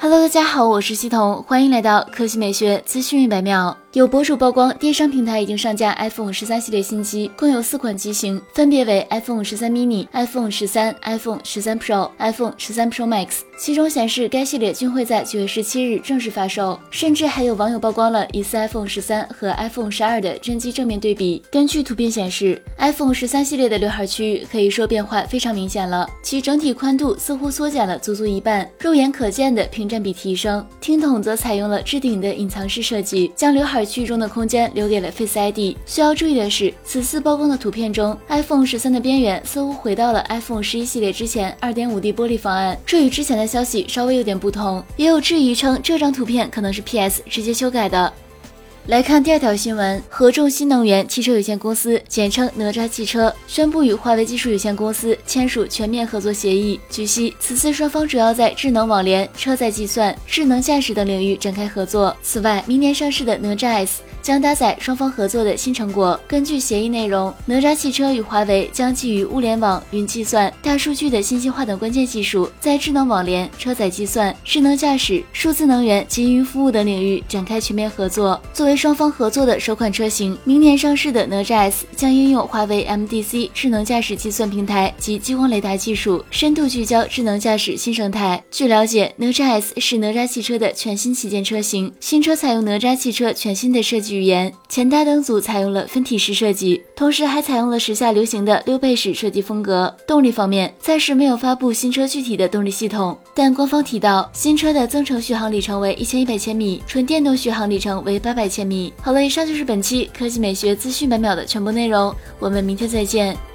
Hello， 大家好，我是西彤，欢迎来到科技美学资讯100秒。有博主曝光，电商平台已经上架 iPhone 13系列新机，共有4款机型，分别为 iPhone 13 mini、iPhone 13、iPhone 13 Pro、iPhone 13 Pro Max。其中显示该系列均会在9月17日正式发售，甚至还有网友曝光了疑似 iPhone 13和 iPhone 12的真机正面对比。根据图片显示 ，iPhone 13系列的刘海区域可以说变化非常明显了，其整体宽度似乎缩减了足足一半，肉眼可见的屏占比提升。听筒则采用了置顶的隐藏式设计，将刘海区域中的空间留给了 Face ID。需要注意的是，此次曝光的图片中 ，iPhone 13的边缘似乎回到了 iPhone 11系列之前 2.5D 玻璃方案，这与之前的消息稍微有点不同。也有质疑称这张图片可能是 PS 直接修改的。来看第二条新闻，合众新能源汽车有限公司简称哪吒汽车宣布与华为技术有限公司签署全面合作协议。据悉，此次双方主要在智能网联、车载计算、智能驾驶等领域展开合作。此外，明年上市的哪吒 S 将搭载双方合作的新成果。根据协议内容，哪吒汽车与华为将基于物联网、云计算、大数据的信息化等关键技术，在智能网联、车载计算、智能驾驶、数字能源及云服务等领域展开全面合作。作为双方合作的首款车型，明年上市的哪吒 S 将应用华为 MDC 智能驾驶计算平台及激光雷达技术，深度聚焦智能驾驶新生态。据了解，哪吒 S 是哪吒汽车的全新旗舰车型，新车采用哪吒汽车全新的设计语言，前大灯组采用了分体式设计，同时还采用了时下流行的溜背式设计风格。动力方面，暂时没有发布新车具体的动力系统，但官方提到新车的增程续航里程为1100千米，纯电动续航里程为800千米。好了，以上就是本期科技美学资讯100秒的全部内容，我们明天再见。